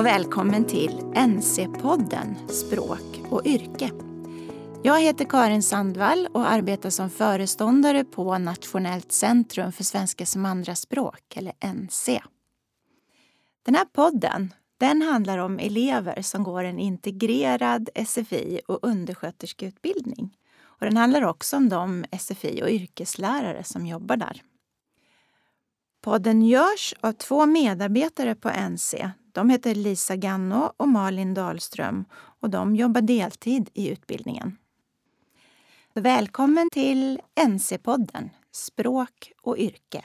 och välkommen till NC-podden Språk och yrke. Jag heter Karin Sandvall och arbetar som föreståndare på Nationellt centrum för svenska som andraspråk, eller NC. Den här podden, den handlar om elever som går en integrerad SFI- och undersköterskeutbildning. Och den handlar också om de SFI- och yrkeslärare som jobbar där. Podden görs av 2 medarbetare på NC. De heter Lisa Ganno och Malin Dahlström och de jobbar deltid i utbildningen. Välkommen till NC-podden Språk och yrke.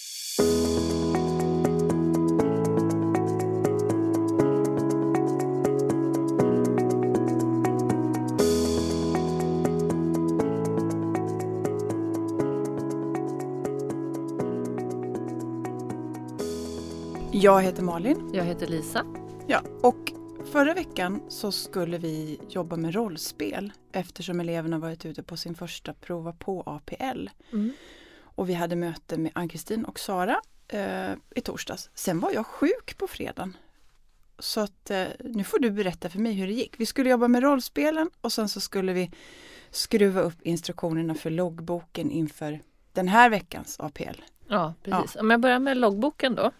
Jag heter Malin. Jag heter Lisa. Ja, och förra veckan så skulle vi jobba med rollspel eftersom eleverna varit ute på sin första prova på APL. Och vi hade möte med Ann-Kristin och Sara i torsdags. Sen var jag sjuk på fredagen. Så att nu får du berätta för mig hur det gick. Vi skulle jobba med rollspelen och sen så skulle vi skruva upp instruktionerna för loggboken inför den här veckans APL. Ja, precis. Ja. Om jag börjar med loggboken då.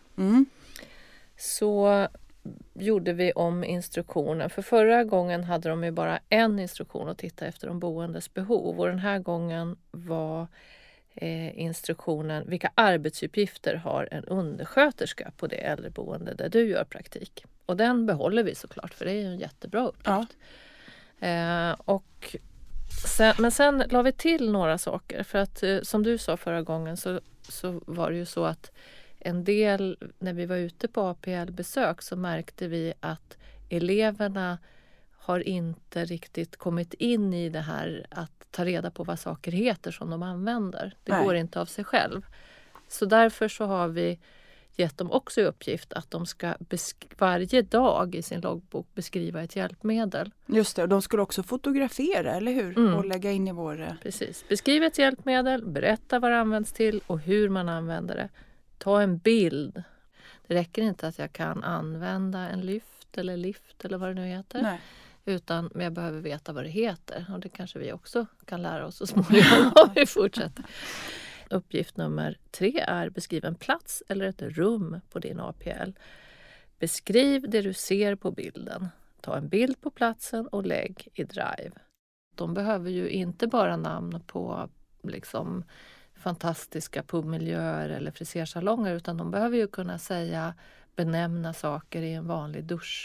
Så gjorde vi om instruktionen. För förra gången hade de ju bara en instruktion att titta efter de boendes behov. Och den här gången var instruktionen vilka arbetsuppgifter har en undersköterska på det äldreboende där du gör praktik. Och den behåller vi såklart för det är ju en jättebra uppgift. Ja. Men sen la vi till några saker. För att som du sa förra gången så var det ju så att en del, när vi var ute på APL-besök så märkte vi att eleverna har inte riktigt kommit in i det här att ta reda på vad saker heter som de använder. Det går inte av sig själv. Så därför så har vi gett dem också i uppgift att de ska varje dag i sin loggbok beskriva ett hjälpmedel. Just det, och de skulle också fotografera, eller hur? Och lägga in i vår... Precis, beskriva ett hjälpmedel, berätta vad det används till och hur man använder det. Ta en bild. Det räcker inte att jag kan använda en lift eller vad det nu heter. Nej. Utan jag behöver veta vad det heter. Och det kanske vi också kan lära oss så småningom om vi fortsätter. Uppgift nummer 3 är beskriv en plats eller ett rum på din APL. Beskriv det du ser på bilden. Ta en bild på platsen och lägg i Drive. De behöver ju inte bara namn på liksom fantastiska pubmiljöer eller frisersalonger utan de behöver ju kunna benämna saker i en vanlig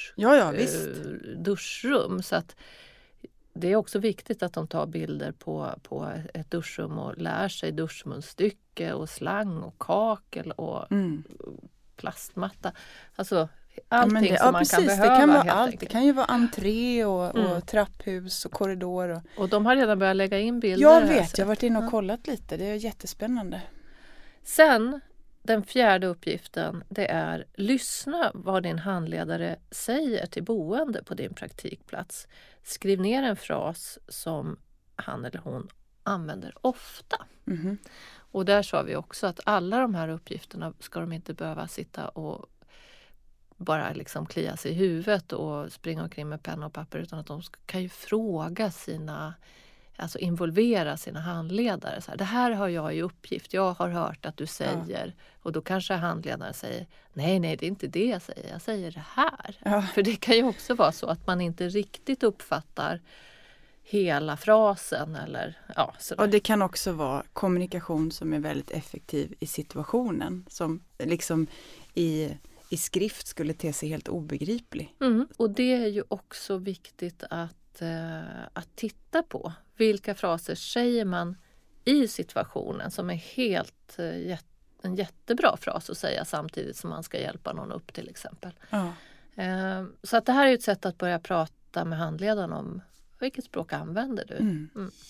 duschrum. Så att det är också viktigt att de tar bilder på ett duschrum och lär sig duschmunstycke och slang och kakel och plastmatta. Alltså allting som man kan behöva. Det kan vara allt. Det kan ju vara entré och trapphus och korridor. Och de har redan börjat lägga in bilder. Jag vet, jag har varit inne och kollat lite. Det är jättespännande. Sen, den 4:e uppgiften, det är lyssna vad din handledare säger till boende på din praktikplats. Skriv ner en fras som han eller hon använder ofta. Och där sa vi också att alla de här uppgifterna ska de inte behöva sitta och bara liksom klia sig i huvudet och springa omkring med penna och papper utan att de kan ju fråga involvera sina handledare. Så här, det här har jag i uppgift, jag har hört att du säger och då kanske handledaren säger nej det är inte det jag säger det här. Ja. För det kan ju också vara så att man inte riktigt uppfattar hela frasen eller sådär. Och det kan också vara kommunikation som är väldigt effektiv i situationen som liksom i skrift skulle te sig helt obegriplig. Och det är ju också viktigt att titta på. Vilka fraser säger man i situationen som är en jättebra fras att säga samtidigt som man ska hjälpa någon upp till exempel. Så att det här är ett sätt att börja prata med handledaren om vilket språk använder du?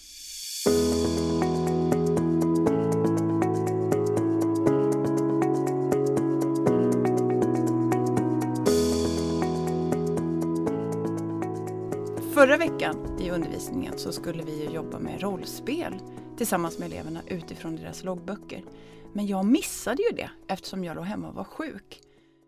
Förra veckan i undervisningen så skulle vi jobba med rollspel tillsammans med eleverna utifrån deras loggböcker. Men jag missade ju det eftersom jag låg hemma och var sjuk.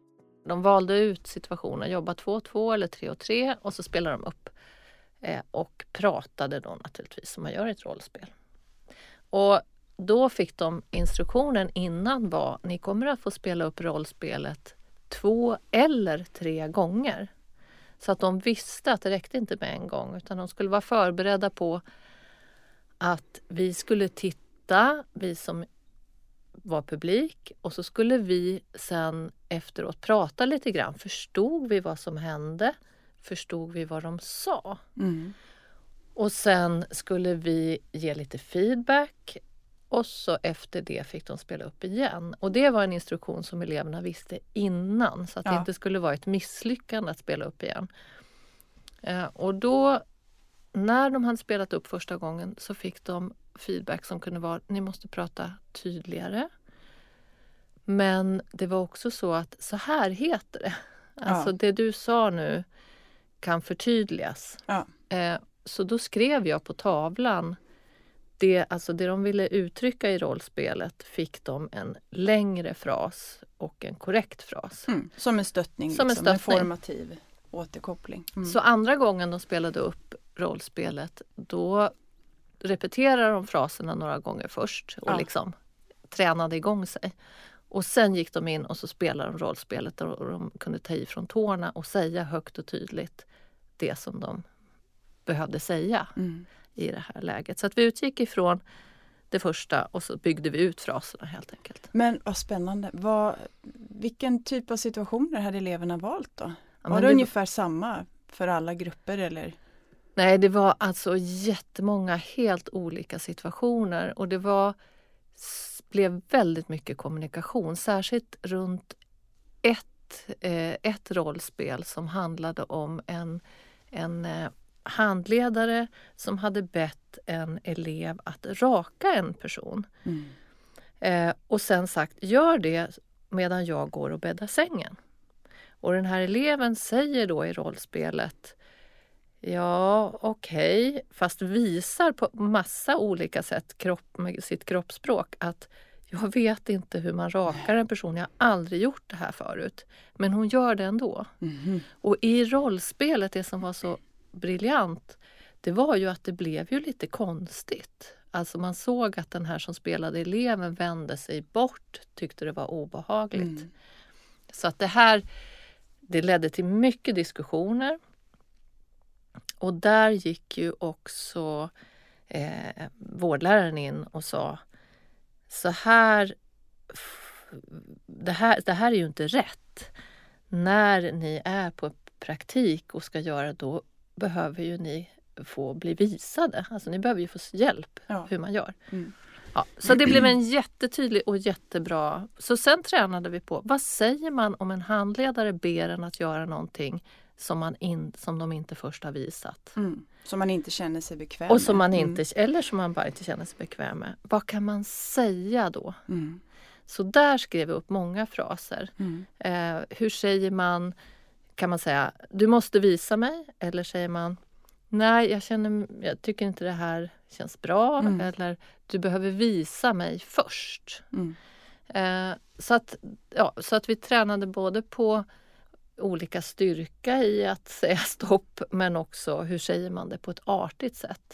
de valde ut situationen, jobba 2-2 eller 3-3 och så spelade de upp. Och pratade då naturligtvis som man gör i ett rollspel. Och då fick de instruktionen innan var ni kommer att få spela upp rollspelet 2 eller 3 gånger. Så att de visste att det räckte inte med en gång utan de skulle vara förberedda på att vi skulle titta, vi som var publik och så skulle vi sen efteråt prata lite grann. Förstod vi vad som hände? Förstod vi vad de sa? Mm. Och sen skulle vi ge lite feedback och så efter det fick de spela upp igen. Och det var en instruktion som eleverna visste innan så att det inte skulle vara ett misslyckande att spela upp igen. Och då när de hade spelat upp första gången så fick de feedback som kunde vara ni måste prata tydligare. Men det var också så att så här heter det. Alltså det du sa nu kan förtydligas. Ja. Så då skrev jag på tavlan det de ville uttrycka i rollspelet fick de en längre fras och en korrekt fras. Som en stöttning, som liksom, en formativ återkoppling. Så andra gången de spelade upp rollspelet då repeterade de fraserna några gånger först och liksom tränade igång sig. Och sen gick de in och så spelade de rollspelet och de kunde ta i från tårna och säga högt och tydligt det som de behövde säga i det här läget. Så att vi utgick ifrån det första och så byggde vi ut fraserna helt enkelt. Men vad spännande. Vilken typ av situationer hade eleverna valt då? Ja, var det ungefär samma för alla grupper eller? Nej, det var alltså jättemånga helt olika situationer och det blev väldigt mycket kommunikation. Särskilt runt ett rollspel som handlade om en handledare som hade bett en elev att raka en person. Och sen sagt, gör det medan jag går och bäddar sängen. Och den här eleven säger då i rollspelet, ja okej, fast visar på massa olika sätt med sitt kroppsspråk att jag vet inte hur man rakar en person, jag har aldrig gjort det här förut. Men hon gör det ändå. Och i rollspelet, det som var så briljant, det var ju att det blev ju lite konstigt. Alltså man såg att den här som spelade eleven vände sig bort, tyckte det var obehagligt. Så att det ledde till mycket diskussioner. Och där gick ju också vårdläraren in och sa så här, det här är ju inte rätt. När ni är på praktik och ska göra då behöver ju ni få bli visade. Alltså ni behöver ju få hjälp hur man gör. Ja, så det blev en jättetydlig och jättebra. Så sen tränade vi på, vad säger man om en handledare ber en att göra någonting som de inte först har visat. Som man inte känner sig bekväm och som man inte, eller som man bara inte känner sig bekväm med. Vad kan man säga då? Så där skrev vi upp många fraser. Hur säger man, kan man säga, du måste visa mig? Eller säger man, nej jag tycker inte det här känns bra. Eller du behöver visa mig först. Så att vi tränade både på olika styrka i att säga stopp men också hur säger man det på ett artigt sätt.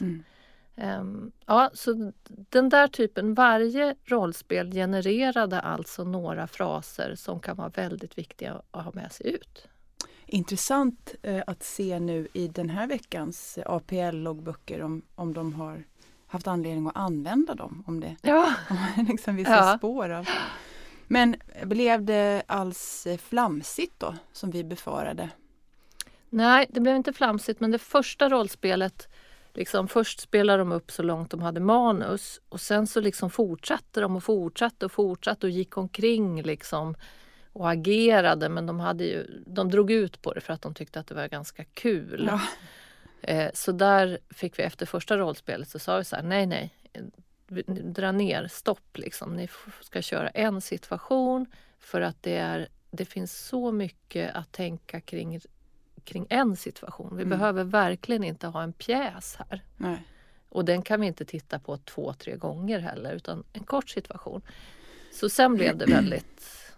Så den där typen, varje rollspel genererade alltså några fraser som kan vara väldigt viktiga att ha med sig ut. Intressant att se nu i den här veckans APL-loggböcker om de har haft anledning att använda dem. Om det liksom vissa spår av. Men blev det alls flamsigt då, som vi befarade? Nej, det blev inte flamsigt, men det första rollspelet, liksom, först spelade de upp så långt de hade manus och sen så liksom fortsatte de och fortsatte och gick omkring liksom och agerade, men de drog ut på det för att de tyckte att det var ganska kul. Så där fick vi efter första rollspelet så sa vi så här, nej. Dra ner, stopp liksom. Ni ska köra en situation för att det finns så mycket att tänka kring en situation. Vi behöver verkligen inte ha en pjäs här. Nej. Och den kan vi inte titta på 2-3 gånger heller utan en kort situation. Så sen blev det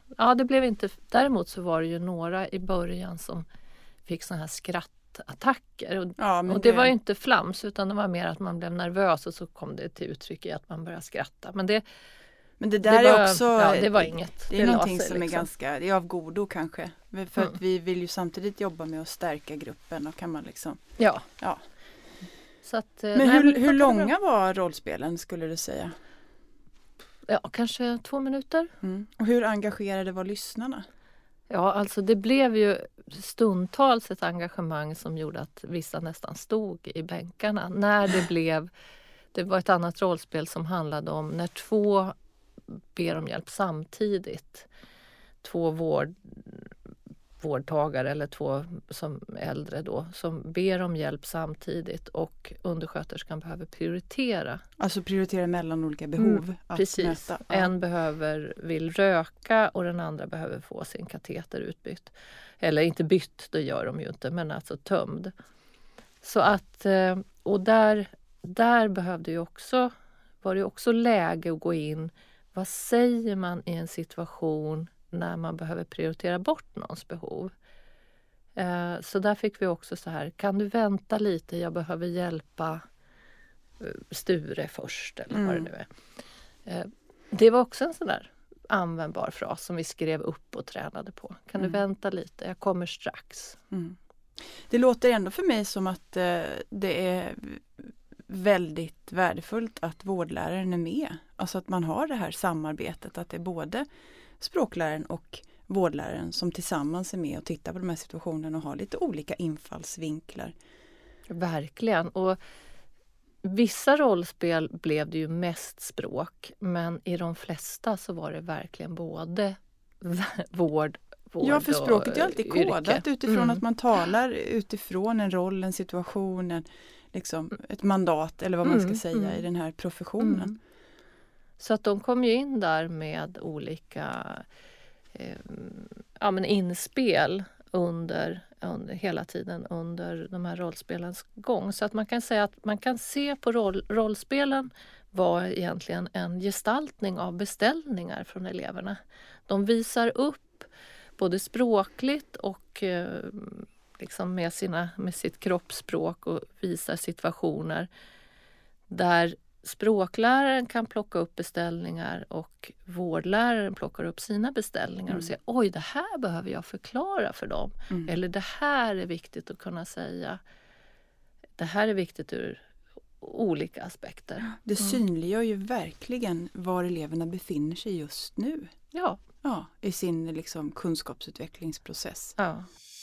Ja, det blev inte... Däremot så var det ju några i början som fick såna här skrattattacker. Och det var ju inte flams, utan det var mer att man blev nervös och så kom det till uttryck i att man började skratta. Men det där är också... Ja, det var inget. Det är någonting som är ganska... Det är av godo kanske. För att vi vill ju samtidigt jobba med att stärka gruppen och kan man liksom... Ja. Så att, men hur långa var rollspelen skulle du säga? Ja, kanske 2 minuter. Och hur engagerade var lyssnarna? Ja, alltså det blev ju stundtals ett engagemang som gjorde att vissa nästan stod i bänkarna. Det var ett annat rollspel som handlade om när 2 ber om hjälp samtidigt. 2 vårdtagare eller 2 som äldre då som ber om hjälp samtidigt och undersköterskan behöver prioritera. Alltså prioritera mellan olika behov att precis. Möta. Ja. En vill röka och den andra behöver få sin kateter utbytt. Eller inte bytt, det gör de ju inte, men alltså tömd. Så att, och där var det också läge att gå in. Vad säger man i en situation när man behöver prioritera bort någons behov? Så där fick vi också så här, kan du vänta lite, jag behöver hjälpa Sture först eller vad det nu är. Det var också en sån där användbar fras som vi skrev upp och tränade på. Kan du vänta lite, jag kommer strax. Det låter ändå för mig som att det är väldigt värdefullt att vårdläraren är med. Alltså att man har det här samarbetet, att det är både språkläraren och vårdläraren som tillsammans är med och tittar på de här situationerna och har lite olika infallsvinklar. Verkligen. Och vissa rollspel blev det ju mest språk, men i de flesta så var det verkligen både vård ja, för språket är alltid kodat yrke. Utifrån att man talar utifrån en roll, en situation, liksom ett mandat eller vad man ska säga i den här professionen. Så att de kom ju in där med olika inspel under hela tiden under de här rollspelens gång. Så att man kan säga att man kan se på rollspelen var egentligen en gestaltning av beställningar från eleverna. De visar upp både språkligt och liksom med sitt kroppsspråk och visar situationer där språkläraren kan plocka upp beställningar och vårdläraren plockar upp sina beställningar och säger oj, det här behöver jag förklara för dem. Eller det här är viktigt att kunna säga. Det här är viktigt ur olika aspekter. Det synliggör ju verkligen var eleverna befinner sig just nu. Ja, i sin liksom kunskapsutvecklingsprocess. Ja.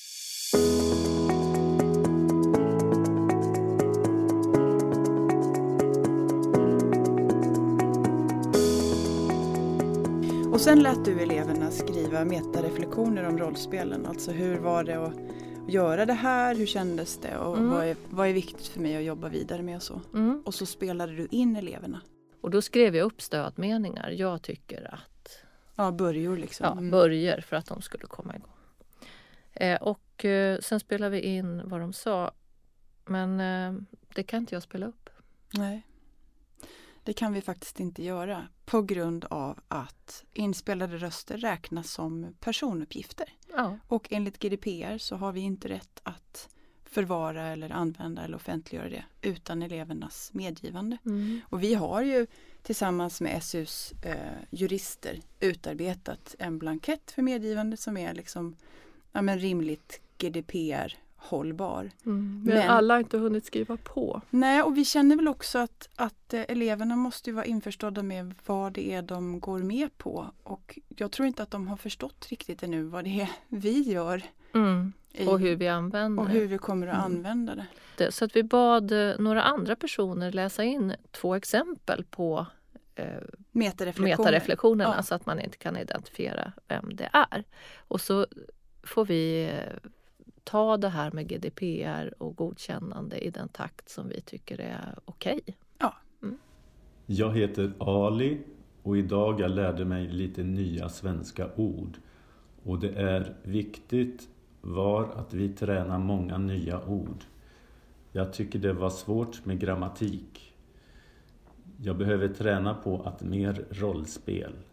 Och sen lät du eleverna skriva metareflektioner om rollspelen. Alltså hur var det att göra det här? Hur kändes det? Och vad är viktigt för mig att jobba vidare med och så? Och så spelade du in eleverna. Och då skrev jag upp stödmeningar. Jag tycker att... Ja, börjor liksom. Ja, börjor för att de skulle komma igång. Och sen spelade vi in vad de sa. Men det kan inte jag spela upp. Nej. Det kan vi faktiskt inte göra på grund av att inspelade röster räknas som personuppgifter. Ja. Och enligt GDPR så har vi inte rätt att förvara eller använda eller offentliggöra det utan elevernas medgivande. Och vi har ju tillsammans med SUs jurister utarbetat en blankett för medgivande som är liksom rimligt GDPR-hållbar. Men alla har inte hunnit skriva på. Nej, och vi känner väl också att eleverna måste ju vara införstådda med vad det är de går med på. Och jag tror inte att de har förstått riktigt ännu vad det är vi gör. Och hur vi använder och hur vi kommer att använda det. Så att vi bad några andra personer läsa in 2 exempel på metareflektionerna så att man inte kan identifiera vem det är. Och så får vi ta det här med GDPR och godkännande i den takt som vi tycker är okej. Ja. Jag heter Ali och idag jag lärde mig lite nya svenska ord. Och det är viktigt att vi tränar många nya ord. Jag tycker det var svårt med grammatik. Jag behöver träna på att mer rollspel.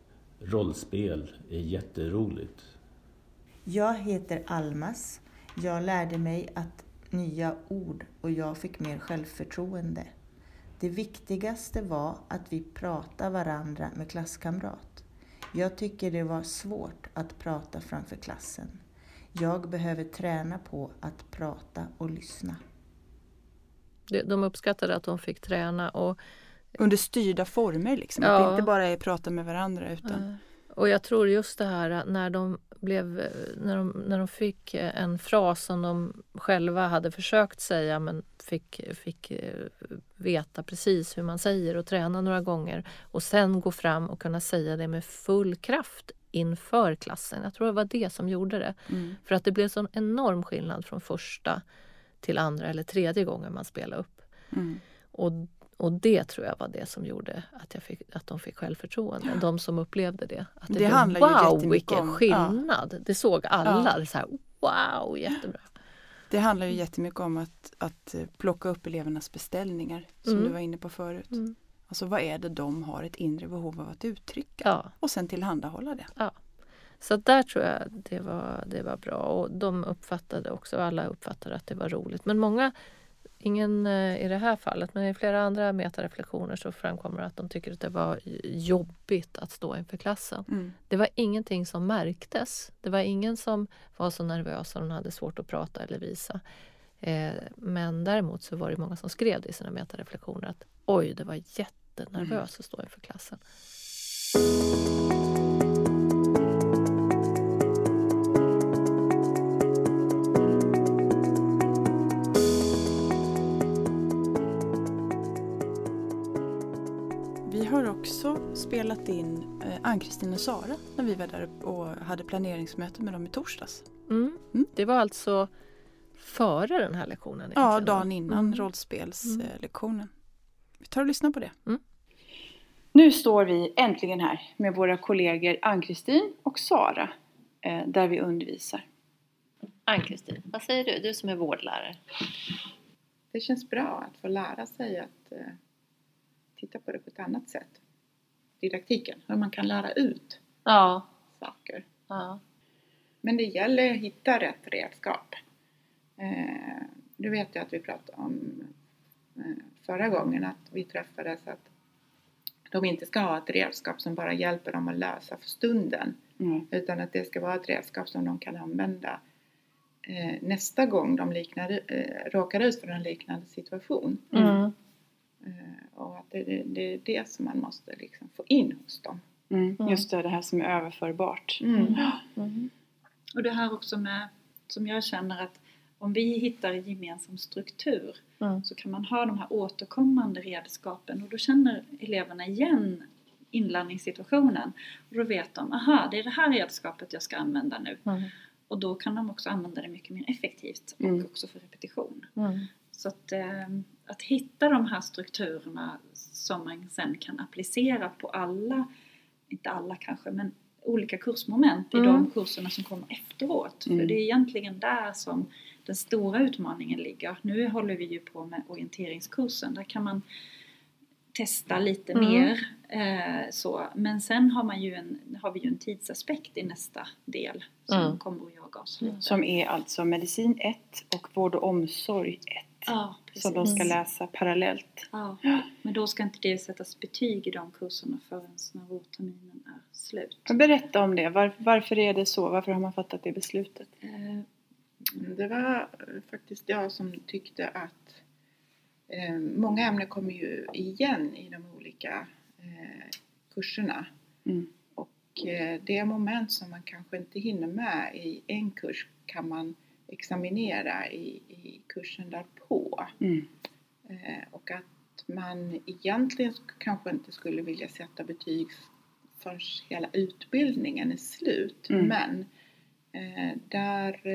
rollspel är jätteroligt. Jag heter Almas. Jag lärde mig nya ord och jag fick mer självförtroende. Det viktigaste var att vi pratade varandra med klasskamrat. Jag tycker det var svårt att prata framför klassen. Jag behöver träna på att prata och lyssna. De uppskattade att de fick träna. Och under styrda former liksom. Att det inte bara är prata med varandra utan... Och jag tror just det här när de fick en fras som de själva hade försökt säga men fick veta precis hur man säger och träna några gånger och sen gå fram och kunna säga det med full kraft inför klassen. Jag tror det var det som gjorde det. För att det blev sån enorm skillnad från första till andra eller tredje gången man spelade upp. Och det tror jag var det som gjorde att de fick självförtroende. Ja. De som upplevde det. Att det handlar ju jättemycket vilken om skillnad. Ja. Det såg alla. Ja. Det så här, wow, jättebra. Det handlar ju jättemycket om att plocka upp elevernas beställningar. Som du var inne på förut. Alltså vad är det de har ett inre behov av att uttrycka. Ja. Och sen tillhandahålla det. Ja. Så där tror jag det var bra. Och alla uppfattade att det var roligt. Men många... Ingen i det här fallet, men i flera andra metareflektioner så framkommer att de tycker att det var jobbigt att stå inför klassen. Det var ingenting som märktes. Det var ingen som var så nervös att de hade svårt att prata eller visa. Men däremot så var det många som skrev det i sina metareflektioner att oj, det var jättenervöst att stå inför klassen. Vi har också spelat in Ann-Kristin och Sara när vi var där och hade planeringsmöte med dem i torsdags. Det var alltså före den här lektionen egentligen. Ja, dagen innan rollspelslektionen. Vi tar och lyssnar på det. Nu står vi äntligen här med våra kollegor Ann-Kristin och Sara där vi undervisar. Ann-Kristin, vad säger du? Du som är vårdlärare. Det känns bra att få lära sig att titta på det på ett annat sätt. Didaktiken, hur man kan lära ut saker. Ja. Men det gäller att hitta rätt redskap. Du vet ju att vi pratade om förra gången att vi träffades att de inte ska ha ett redskap som bara hjälper dem att lösa för stunden. Utan att det ska vara ett redskap som de kan använda nästa gång de råkar ut för en liknande situation. Och att det är det som man måste liksom få in hos dem. Just det här som är överförbart. Och det här också med, som jag känner att om vi hittar en gemensam struktur så kan man ha de här återkommande redskapen och då känner eleverna igen inlärningssituationen och då vet de, aha, det är det här redskapet jag ska använda nu. Och då kan de också använda det mycket mer effektivt och också för repetition. Så att hitta de här strukturerna som man sen kan applicera på alla, inte alla kanske, men olika kursmoment i de kurserna som kommer efteråt. För det är egentligen där som den stora utmaningen ligger. Nu håller vi ju på med orienteringskursen. Där kan man testa lite mer. Men sen har vi ju en tidsaspekt i nästa del som kommer att jaga oss lite. Som är alltså medicin 1 och vård och omsorg 1. Ja, precis. Som de ska läsa parallellt. Ja, men då ska inte det sättas betyg i de kurserna förrän när vårterminen är slut. Berätta om det. Varför är det så? Varför har man fattat det beslutet? Det var faktiskt jag som tyckte att många ämnen kommer ju igen i de olika kurserna. Och det moment som man kanske inte hinner med i en kurs kan man examinera i kursen därpå. Och att man egentligen kanske inte skulle vilja sätta betyg förrän hela utbildningen är slut. Men där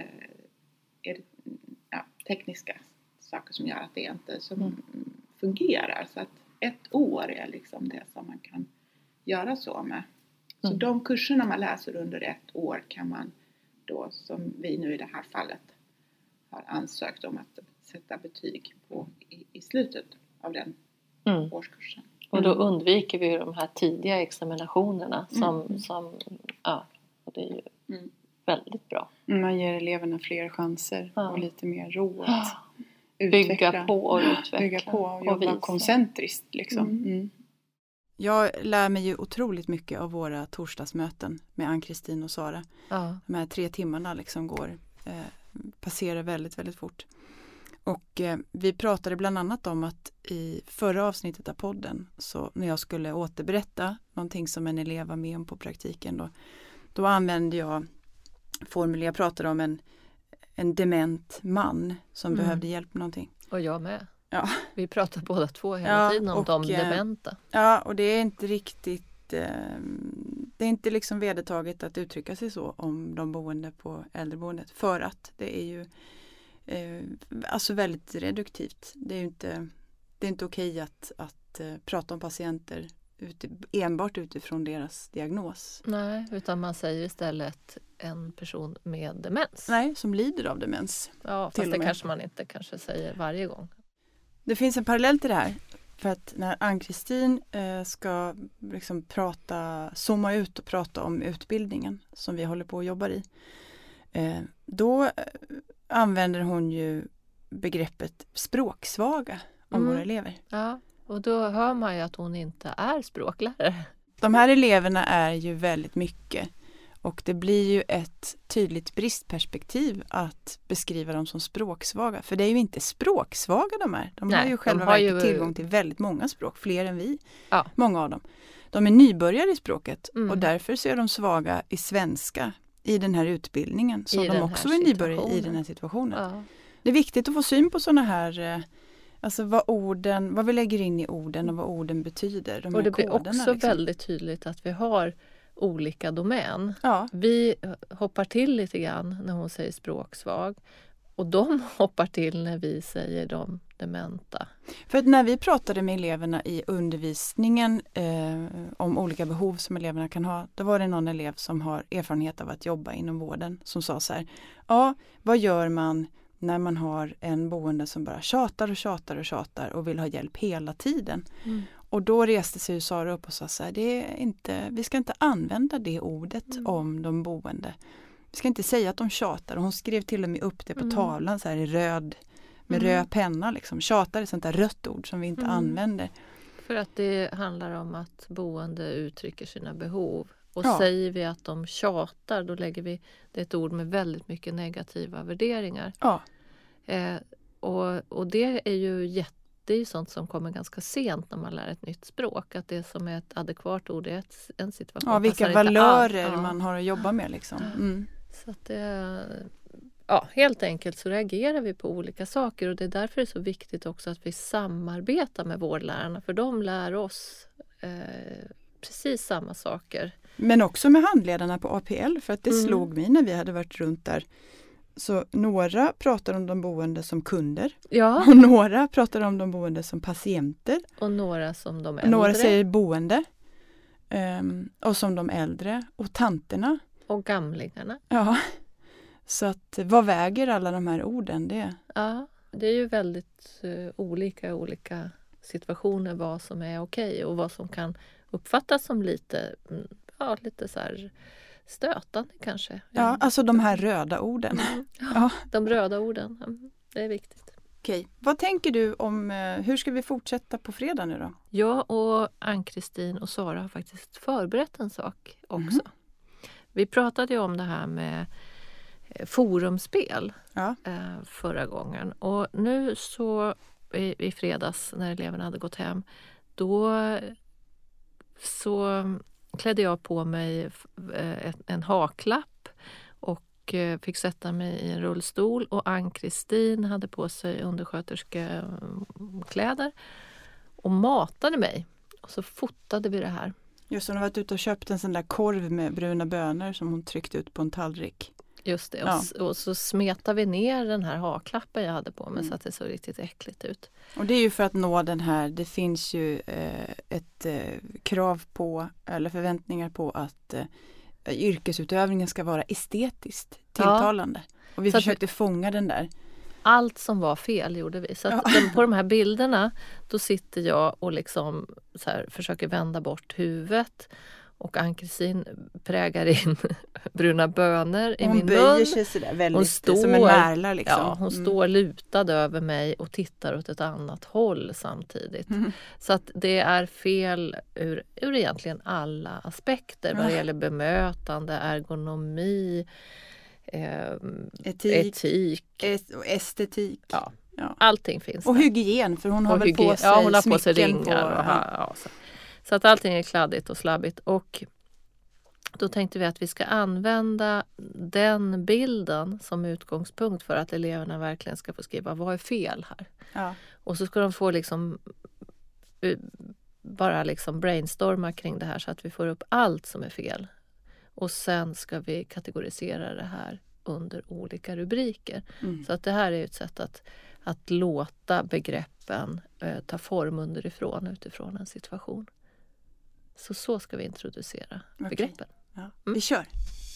är det tekniska saker som gör att det inte som fungerar. Så att 1 år är liksom det som man kan göra så med. Så de kurserna man läser under 1 år kan man då, som vi nu i det här fallet har ansökt om att sätta betyg på i slutet av den årskursen. Och då undviker vi de här tidiga examinationerna och det är ju väldigt bra. Man ger eleverna fler chanser och lite mer ro att bygga på och utveckla. Bygga på och jobba koncentriskt liksom. Jag lär mig ju otroligt mycket av våra torsdagsmöten med Ann-Kristin och Sara. Ja. De här 3 timmarna liksom passerar väldigt, väldigt fort. Och vi pratade bland annat om att i förra avsnittet av podden, så när jag skulle återberätta någonting som en elev var med om på praktiken, då använde jag jag pratade om en dement man som behövde hjälp med någonting. Och jag med. Ja. Vi pratar båda två hela tiden om de dementa. Ja, och det är inte riktigt, det är inte liksom vedertaget att uttrycka sig så om de boende på äldreboendet. För att det är ju alltså väldigt reduktivt. Det är inte okej att prata om patienter enbart utifrån deras diagnos. Nej, utan man säger istället en person med demens. Nej, som lider av demens. Ja, fast det kanske man inte säger varje gång. Det finns en parallell till det här. För att när Ann-Kristin ska liksom zooma ut och prata om utbildningen som vi håller på att jobba i. Då använder hon ju begreppet språksvaga om våra elever. Ja, och då hör man ju att hon inte är språklärare. De här eleverna är ju väldigt mycket. Och det blir ju ett tydligt bristperspektiv att beskriva dem som språksvaga. För det är ju inte språksvaga de är. De har ju själva tillgång till väldigt många språk, fler än vi. Ja. Många av dem. De är nybörjare i språket och därför så är de svaga i svenska i den här utbildningen. Så de också är nybörjare i den här situationen. Ja. Det är viktigt att få syn på sådana här, alltså vad vi lägger in i orden och vad orden betyder. Och det blir också väldigt tydligt att vi har olika domän. Ja. Vi hoppar till lite grann när hon säger språksvag. Och de hoppar till när vi säger de dementa. För att när vi pratade med eleverna i undervisningen om olika behov som eleverna kan ha. Då var det någon elev som har erfarenhet av att jobba inom vården som sa så här. Ja, vad gör man när man har en boende som bara tjatar och vill ha hjälp hela tiden? Och då reste sig Sara upp och sa så här, vi ska inte använda det ordet om de boende. Vi ska inte säga att de tjatar. Och hon skrev till och med upp det på tavlan så här i röd penna. Liksom. Tjatar är sånt där rött ord som vi inte använder. För att det handlar om att boende uttrycker sina behov. Och säger vi att de tjatar, då lägger vi det ett ord med väldigt mycket negativa värderingar. Ja. Och det är ju det är ju sånt som kommer ganska sent när man lär ett nytt språk. Att det som är ett adekvat ord är en situation. Ja, vilka valörer man har att jobba med liksom. Så att helt enkelt så reagerar vi på olika saker. Och det är därför det är så viktigt också att vi samarbetar med vårdlärarna. För de lär oss precis samma saker. Men också med handledarna på APL. För att det slog mig när vi hade varit runt där. Så några pratar om de boende som kunder. Ja. Och några pratar om de boende som patienter. Och några som de äldre. Några säger boende. Och som de äldre. Och tanterna. Och gamlingarna. Ja. Så att vad väger alla de här orden? Ja, det är ju väldigt olika situationer vad som är okej. Och vad som kan uppfattas som lite så här stötande kanske. Ja, alltså de här röda orden. Ja, de röda orden. Det är viktigt. Okej, vad tänker du om, hur ska vi fortsätta på fredag nu då? Jag och Ann-Kristin och Sara har faktiskt förberett en sak också. Vi pratade ju om det här med forumspel förra gången. Och nu så i fredags när eleverna hade gått hem, då så klädde jag på mig en haklapp och fick sätta mig i en rullstol. Och Ann-Kristin hade på sig undersköterskekläder och matade mig. Och så fotade vi det här. Just, hon har varit ute och köpt en sån där korv med bruna bönor som hon tryckt ut på en tallrik. Just det, och så smetar vi ner den här haklappen jag hade på mig så att det såg riktigt äckligt ut. Och det är ju för att nå den här, det finns ju ett krav på, eller förväntningar på att yrkesutövningen ska vara estetiskt tilltalande. Och vi försökte fånga den där. allt som var fel gjorde vi. Så att på de här bilderna då sitter jag och liksom så här, försöker vända bort huvudet. Och Ann-Kristin prägar in bruna bönor i min mun. Hon böjer sig sådär väldigt som en märla liksom. Ja, hon står lutad över mig och tittar åt ett annat håll samtidigt. Så att det är fel ur egentligen alla aspekter. Vad det gäller bemötande, ergonomi, etik. Estetik. Ja. Allting finns och där. hygien, för hon har väl på sig hon har på sig smycken ringar. Så att allting är kladdigt och slabbigt. Och då tänkte vi att vi ska använda den bilden som utgångspunkt för att eleverna verkligen ska få skriva vad är fel här. Ja. Och så ska de få liksom bara liksom brainstorma kring det här så att vi får upp allt som är fel. Och sen ska vi kategorisera det här under olika rubriker. Så att det här är ett sätt att låta begreppen ta form underifrån utifrån en situation. Så ska vi introducera begreppen. Ja. Vi kör!